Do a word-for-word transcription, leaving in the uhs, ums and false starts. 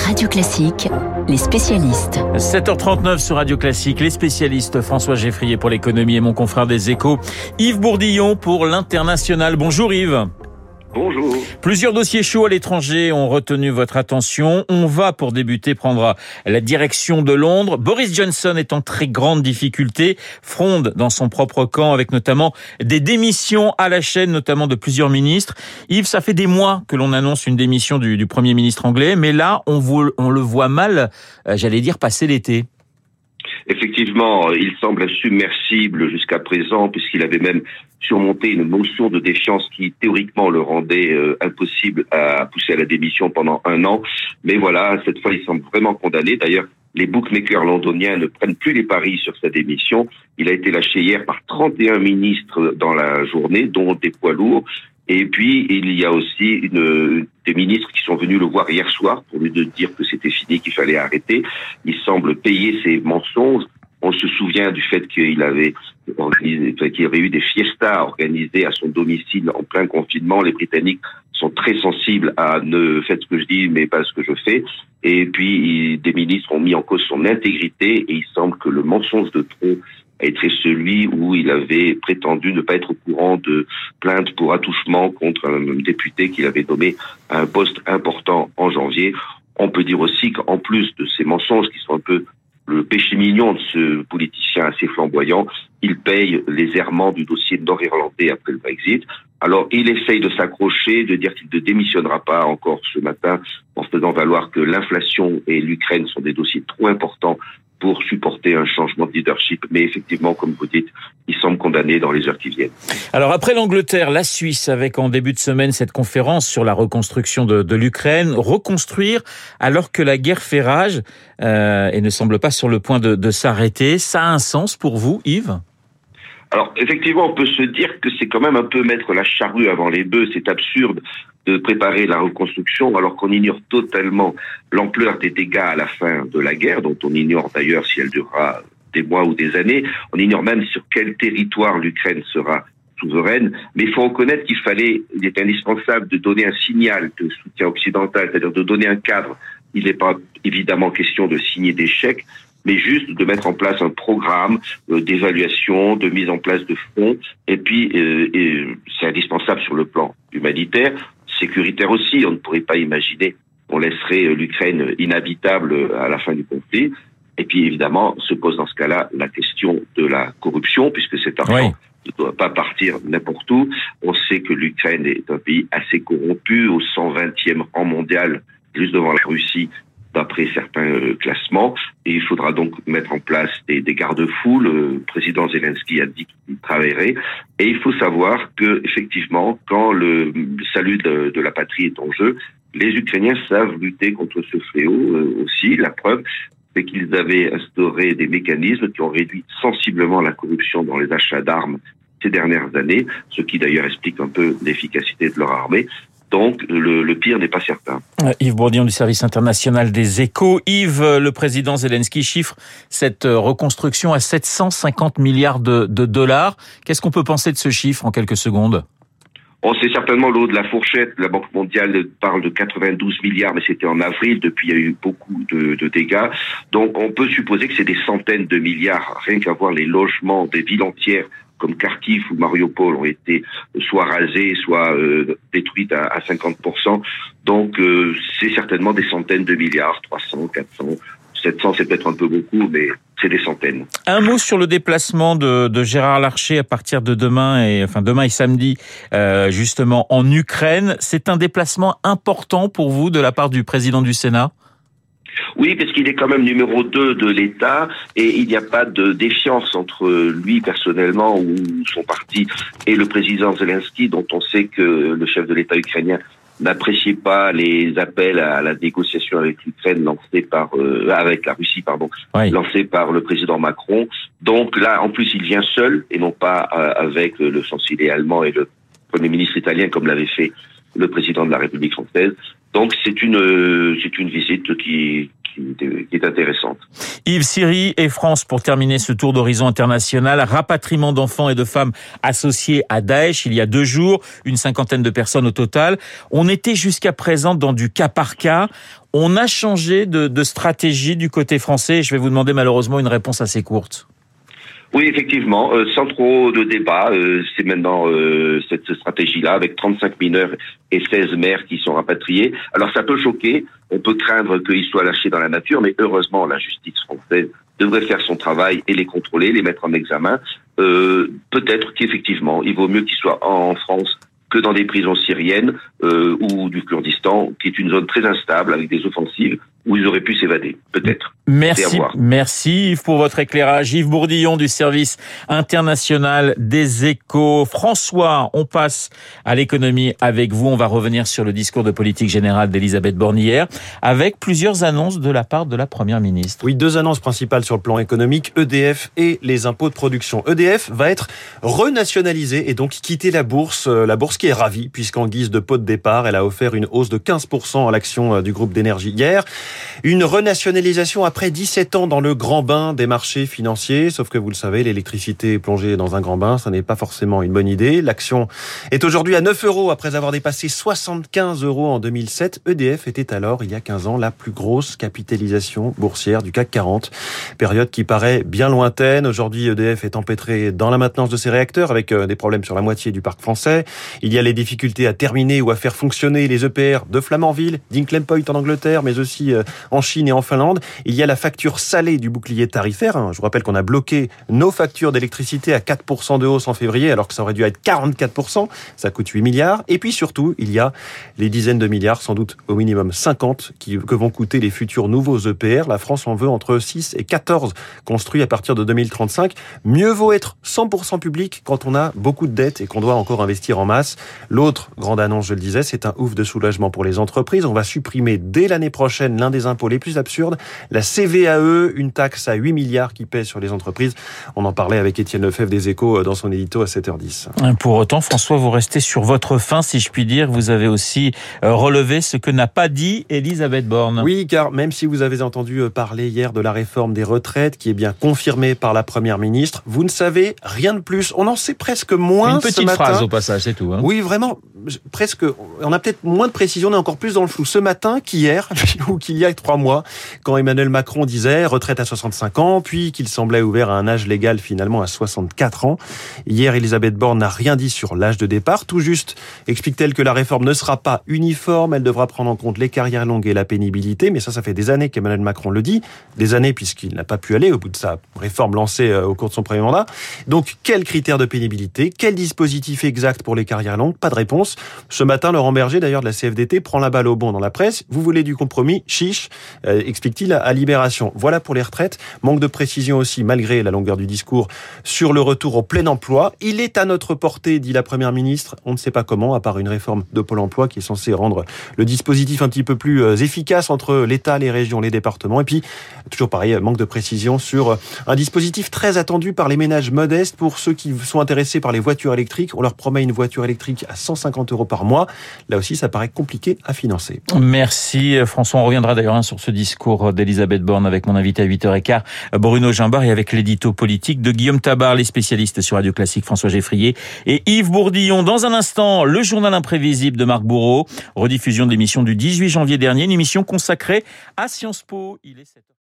Radio Classique, les spécialistes. sept heures trente-neuf sur Radio Classique, les spécialistes. François Geffrier pour l'économie et mon confrère des Échos, Yves Bourdillon pour l'International. Bonjour Yves. Bonjour. Plusieurs dossiers chauds à l'étranger ont retenu votre attention. On va, pour débuter, prendre la direction de Londres. Boris Johnson est en très grande difficulté, fronde dans son propre camp avec notamment des démissions à la chaîne, notamment de plusieurs ministres. Yves, ça fait des mois que l'on annonce une démission du, du Premier ministre anglais, mais là, on, vous, on le voit mal, euh, j'allais dire, passer l'été. Effectivement, il semble insubmersible jusqu'à présent, puisqu'il avait même surmonté une motion de défiance qui théoriquement le rendait euh, impossible à pousser à la démission pendant un an. Mais voilà, cette fois, il semble vraiment condamné. D'ailleurs, les bookmakers londoniens ne prennent plus les paris sur sa démission. Il a été lâché hier par trente et un ministres dans la journée, dont des poids lourds. Et puis, il y a aussi une, des ministres qui sont venus le voir hier soir pour lui dire que c'était fini, qu'il fallait arrêter. Il semble payer ses mensonges. On se souvient du fait qu'il avait organisé, qu'il y avait eu des fiestas organisées à son domicile en plein confinement. Les Britanniques sont très sensibles à ne faites ce que je dis, mais pas ce que je fais. Et puis, des ministres ont mis en cause son intégrité et il semble que le mensonge de trop était celui où il avait prétendu ne pas être au courant de plaintes pour attouchement contre un député qu'il avait nommé à un poste important en janvier. On peut dire aussi qu'en plus de ces mensonges qui sont un peu le péché mignon de ce politicien assez flamboyant, il paye les errements du dossier nord-irlandais après le Brexit. Alors, il essaye de s'accrocher, de dire qu'il ne démissionnera pas encore ce matin en faisant valoir que l'inflation et l'Ukraine sont des dossiers trop importants pour supporter un changement de leadership. Mais effectivement, comme vous dites, il semble condamné dans les heures qui viennent. Alors après l'Angleterre, la Suisse, avec en début de semaine cette conférence sur la reconstruction de, de l'Ukraine. Reconstruire alors que la guerre fait rage euh, et ne semble pas sur le point de, de s'arrêter. Ça a un sens pour vous, Yves ? Alors, effectivement, on peut se dire que c'est quand même un peu mettre la charrue avant les bœufs. C'est absurde de préparer la reconstruction alors qu'on ignore totalement l'ampleur des dégâts à la fin de la guerre, dont on ignore d'ailleurs si elle durera des mois ou des années. On ignore même sur quel territoire l'Ukraine sera souveraine. Mais il faut reconnaître qu'il fallait, il est indispensable de donner un signal de soutien occidental, c'est-à-dire de donner un cadre. Il n'est pas évidemment question de signer des chèques, mais juste de mettre en place un programme euh, d'évaluation, de mise en place de fonds. Et puis, euh, et c'est indispensable sur le plan humanitaire, sécuritaire aussi. On ne pourrait pas imaginer qu'on laisserait euh, l'Ukraine inhabitable à la fin du conflit. Et puis, évidemment, se pose dans ce cas-là la question de la corruption, puisque cet argent oui. ne doit pas partir n'importe où. On sait que l'Ukraine est un pays assez corrompu, au cent vingtième rang mondial, juste devant la Russie, d'après certains euh, classements, et il faudra donc mettre en place des, des garde-fous. Le président Zelensky a dit qu'il travaillerait, et il faut savoir que effectivement, quand le, le salut de, de la patrie est en jeu, les Ukrainiens savent lutter contre ce fléau euh, aussi. La preuve, c'est qu'ils avaient instauré des mécanismes qui ont réduit sensiblement la corruption dans les achats d'armes ces dernières années, ce qui d'ailleurs explique un peu l'efficacité de leur armée. Donc, le, le pire n'est pas certain. Yves Bourdillon du service international des Échos. Yves, le président Zelensky chiffre cette reconstruction à sept cent cinquante milliards de, de dollars. Qu'est-ce qu'on peut penser de ce chiffre en quelques secondes ? On sait certainement le haut de la fourchette. La Banque mondiale parle de quatre-vingt-douze milliards, mais c'était en avril. Depuis, il y a eu beaucoup de, de dégâts. Donc, on peut supposer que c'est des centaines de milliards. Rien qu'à voir les logements des villes entières comme Kharkiv ou Mariupol ont été soit rasées, soit euh, détruites à, à cinquante pour cent. Donc, euh, c'est certainement des centaines de milliards, trois cents, quatre cents, sept cents, c'est peut-être un peu beaucoup, mais c'est des centaines. Un mot sur le déplacement de, de Gérard Larcher à partir de demain, et enfin demain et samedi, euh, justement en Ukraine. C'est un déplacement important pour vous de la part du président du Sénat ? Oui, parce qu'il est quand même numéro deux de l'État et il n'y a pas de défiance entre lui personnellement ou son parti et le président Zelensky, dont on sait que le chef de l'État ukrainien n'appréciait pas les appels à la négociation avec l'Ukraine lancés par euh, avec la Russie, pardon, oui. lancés par le président Macron. Donc là, en plus, il vient seul et non pas euh, avec le chancelier allemand et le premier ministre italien comme l'avait fait le président de la République française. Donc c'est une c'est une visite qui qui, qui est intéressante. Yves, Syrie et France, pour terminer ce tour d'horizon international, rapatriement d'enfants et de femmes associés à Daesh il y a deux jours, une cinquantaine de personnes au total. On était jusqu'à présent dans du cas par cas. On a changé de, de stratégie du côté français. Je vais vous demander malheureusement une réponse assez courte. Oui, effectivement, euh, sans trop de débat, euh, c'est maintenant euh, cette stratégie-là, avec trente-cinq mineurs et seize mères qui sont rapatriés. Alors ça peut choquer, on peut craindre qu'ils soient lâchés dans la nature, mais heureusement la justice française devrait faire son travail et les contrôler, les mettre en examen. Euh, peut-être qu'effectivement, il vaut mieux qu'ils soient en France que dans des prisons syriennes euh, ou du Kurdistan, qui est une zone très instable avec des offensives, où ils auraient pu s'évader, peut-être. Merci, merci Yves pour votre éclairage. Yves Bourdillon du service international des Échos. François, on passe à l'économie avec vous. On va revenir sur le discours de politique générale d'Elisabeth Borne hier, avec plusieurs annonces de la part de la Première ministre. Oui, deux annonces principales sur le plan économique, E D F et les impôts de production. E D F va être renationalisé et donc quitter la bourse, la bourse qui est ravie, puisqu'en guise de pot de départ, elle a offert une hausse de quinze pour cent à l'action du groupe d'énergie hier. Une renationalisation après dix-sept ans dans le grand bain des marchés financiers. Sauf que vous le savez, l'électricité plongée dans un grand bain, ça n'est pas forcément une bonne idée. L'action est aujourd'hui à neuf euros après avoir dépassé soixante-quinze euros en deux mille sept. E D F était alors, il y a quinze ans, la plus grosse capitalisation boursière du C A C quarante. Période qui paraît bien lointaine. Aujourd'hui, E D F est empêtré dans la maintenance de ses réacteurs avec des problèmes sur la moitié du parc français. Il y a les difficultés à terminer ou à faire fonctionner les E P R de Flamanville, d'Hinkley Point en Angleterre, mais aussi en Chine et en Finlande. Il y a la facture salée du bouclier tarifaire. Je vous rappelle qu'on a bloqué nos factures d'électricité à quatre pour cent de hausse en février, alors que ça aurait dû être quarante-quatre pour cent. Ça coûte huit milliards. Et puis surtout, il y a les dizaines de milliards, sans doute au minimum cinquante, qui, que vont coûter les futurs nouveaux E P R. La France en veut entre six et quatorze construits à partir de deux mille trente-cinq. Mieux vaut être cent pour cent public quand on a beaucoup de dettes et qu'on doit encore investir en masse. L'autre grande annonce, je le disais, c'est un ouf de soulagement pour les entreprises. On va supprimer dès l'année prochaine l'un des impôts les plus absurdes, la C V A E, une taxe à huit milliards qui pèse sur les entreprises. On en parlait avec Étienne Lefebvre des Échos dans son édito à sept heures dix. Pour autant, François, vous restez sur votre faim, si je puis dire. Vous avez aussi relevé ce que n'a pas dit Elisabeth Borne. Oui, car même si vous avez entendu parler hier de la réforme des retraites, qui est bien confirmée par la Première ministre, vous ne savez rien de plus. On en sait presque moins Une petite ce matin. phrase au passage, c'est tout. Hein. Oui, vraiment, presque. On a peut-être moins de précision, on est encore plus dans le flou ce matin qu'hier, ou qu'il y a trois mois, quand Emmanuel Macron disait retraite à soixante-cinq ans, puis qu'il semblait ouvert à un âge légal finalement à soixante-quatre ans. Hier, Elisabeth Borne n'a rien dit sur l'âge de départ. Tout juste explique-t-elle que la réforme ne sera pas uniforme, elle devra prendre en compte les carrières longues et la pénibilité, mais ça, ça fait des années qu'Emmanuel Macron le dit, des années puisqu'il n'a pas pu aller au bout de sa réforme lancée au cours de son premier mandat. Donc, quels critères de pénibilité, quel dispositif exact pour les carrières longues? Pas de réponse. Ce matin, Laurent Berger, d'ailleurs de la C F D T, prend la balle au bond dans la presse. Vous voulez du compromis? Chiche, euh, explique-t-il à Libération. Voilà pour les retraites. Manque de précision aussi, malgré la longueur du discours, sur le retour au plein emploi. Il est à notre portée, dit la Première ministre. On ne sait pas comment, à part une réforme de Pôle emploi qui est censée rendre le dispositif un petit peu plus efficace entre l'État, les régions, les départements. Et puis, toujours pareil, manque de précision sur un dispositif très attendu par les ménages modestes. Pour ceux qui sont intéressés par les voitures électriques, on leur promet une voiture électrique à cent cinquante euros par mois. Là aussi, ça paraît compliqué à financer. Merci François. On reviendra d'ailleurs hein, sur ce discours d'Elisabeth Borne avec mon invité à huit heures quinze, Bruno Gimbard, et avec l'édito politique de Guillaume Tabar, les spécialistes sur Radio Classique, François Geffrier et Yves Bourdillon. Dans un instant, le journal imprévisible de Marc Bourreau, rediffusion de l'émission du dix-huit janvier dernier, une émission consacrée à Sciences Po. Il est sept heures.